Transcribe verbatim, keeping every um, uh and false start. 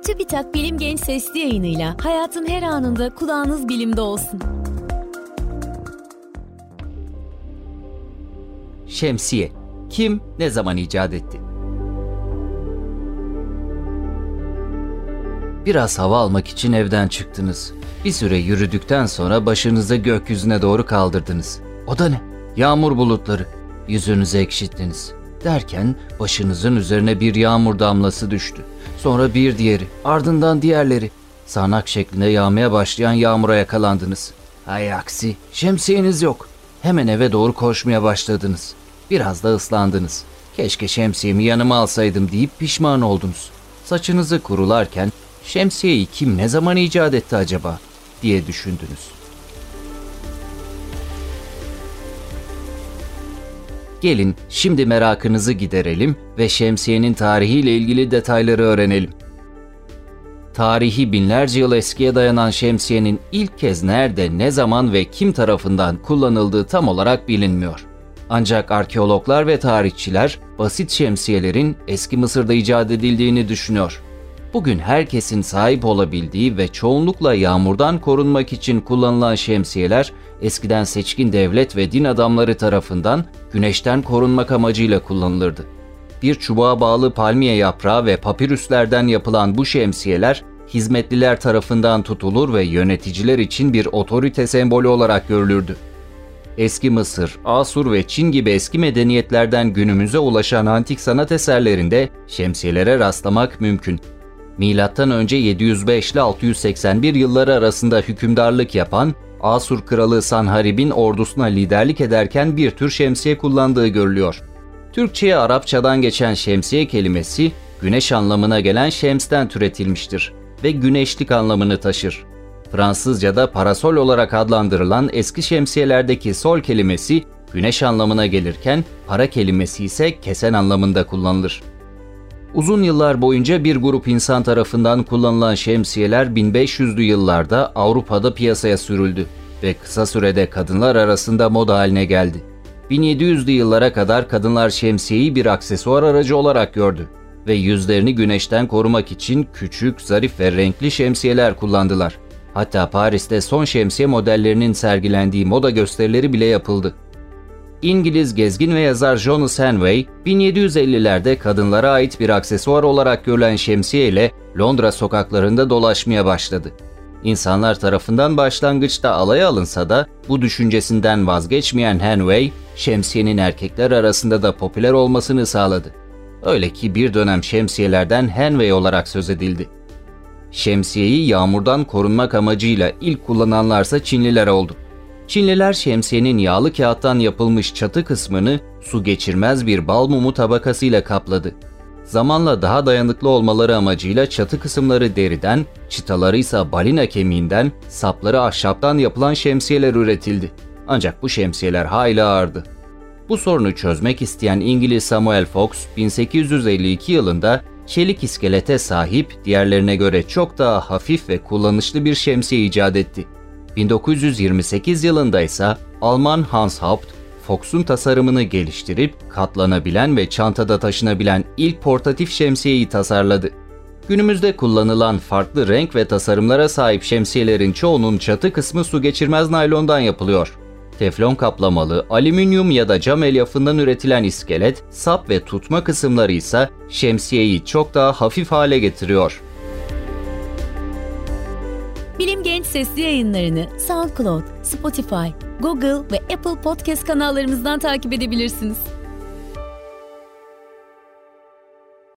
TÜBİTAK Bilim Genç Sesli Yayınıyla hayatın her anında kulağınız bilimde olsun. Şemsiye. Kim, ne zaman icat etti? Biraz hava almak için evden çıktınız. Bir süre yürüdükten sonra başınızı gökyüzüne doğru kaldırdınız. O da ne? Yağmur bulutları. Yüzünüzü ekşittiniz. Derken başınızın üzerine bir yağmur damlası düştü. Sonra bir diğeri, ardından diğerleri. Sağanak şeklinde yağmaya başlayan yağmura yakalandınız. Hay aksi, şemsiyeniz yok. Hemen eve doğru koşmaya başladınız. Biraz da ıslandınız. Keşke şemsiyemi yanıma alsaydım deyip pişman oldunuz. Saçınızı kurularken şemsiyeyi kim ne zaman icat etti acaba diye düşündünüz. Gelin şimdi merakınızı giderelim ve şemsiyenin tarihiyle ilgili detayları öğrenelim. Tarihi binlerce yıl eskiye dayanan şemsiyenin ilk kez nerede, ne zaman ve kim tarafından kullanıldığı tam olarak bilinmiyor. Ancak arkeologlar ve tarihçiler basit şemsiyelerin eski Mısır'da icat edildiğini düşünüyor. Bugün herkesin sahip olabildiği ve çoğunlukla yağmurdan korunmak için kullanılan şemsiyeler eskiden seçkin devlet ve din adamları tarafından güneşten korunmak amacıyla kullanılırdı. Bir çubuğa bağlı palmiye yaprağı ve papirüslerden yapılan bu şemsiyeler hizmetliler tarafından tutulur ve yöneticiler için bir otorite sembolü olarak görülürdü. Eski Mısır, Asur ve Çin gibi eski medeniyetlerden günümüze ulaşan antik sanat eserlerinde şemsiyelere rastlamak mümkün. Milattan önce yedi yüz beş ile altı yüz seksen bir yılları arasında hükümdarlık yapan Asur kralı Sanharib'in ordusuna liderlik ederken bir tür şemsiye kullandığı görülüyor. Türkçe'ye Arapçadan geçen şemsiye kelimesi güneş anlamına gelen şemsten türetilmiştir ve güneşlik anlamını taşır. Fransızca'da parasol olarak adlandırılan eski şemsiyelerdeki sol kelimesi güneş anlamına gelirken para kelimesi ise kesen anlamında kullanılır. Uzun yıllar boyunca bir grup insan tarafından kullanılan şemsiyeler bin beş yüzlü yıllarda Avrupa'da piyasaya sürüldü ve kısa sürede kadınlar arasında moda haline geldi. bin yedi yüzlü yıllara kadar kadınlar şemsiyeyi bir aksesuar aracı olarak gördü ve yüzlerini güneşten korumak için küçük, zarif ve renkli şemsiyeler kullandılar. Hatta Paris'te son şemsiye modellerinin sergilendiği moda gösterileri bile yapıldı. İngiliz gezgin ve yazar Jonas Hanway, bin yedi yüz ellilerde kadınlara ait bir aksesuar olarak görülen şemsiye ile Londra sokaklarında dolaşmaya başladı. İnsanlar tarafından başlangıçta alaya alınsa da bu düşüncesinden vazgeçmeyen Hanway, şemsiyenin erkekler arasında da popüler olmasını sağladı. Öyle ki bir dönem şemsiyelerden Hanway olarak söz edildi. Şemsiyeyi yağmurdan korunmak amacıyla ilk kullananlarsa Çinliler oldu. Çinliler şemsiyenin yağlı kağıttan yapılmış çatı kısmını su geçirmez bir bal mumu tabakasıyla kapladı. Zamanla daha dayanıklı olmaları amacıyla çatı kısımları deriden, çıtaları ise balina kemiğinden, sapları ahşaptan yapılan şemsiyeler üretildi. Ancak bu şemsiyeler hayli ağırdı. Bu sorunu çözmek isteyen İngiliz Samuel Fox, bin sekiz yüz elli iki yılında çelik iskelete sahip, diğerlerine göre çok daha hafif ve kullanışlı bir şemsiye icat etti. bin dokuz yüz yirmi sekiz yılında ise Alman Hans Haupt, Fox'un tasarımını geliştirip katlanabilen ve çantada taşınabilen ilk portatif şemsiyeyi tasarladı. Günümüzde kullanılan farklı renk ve tasarımlara sahip şemsiyelerin çoğunun çatı kısmı su geçirmez naylondan yapılıyor. Teflon kaplamalı, alüminyum ya da cam elyafından üretilen iskelet, sap ve tutma kısımları ise şemsiyeyi çok daha hafif hale getiriyor. Bilim Genç Sesli Yayınlarını SoundCloud, Spotify, Google ve Apple Podcast kanallarımızdan takip edebilirsiniz.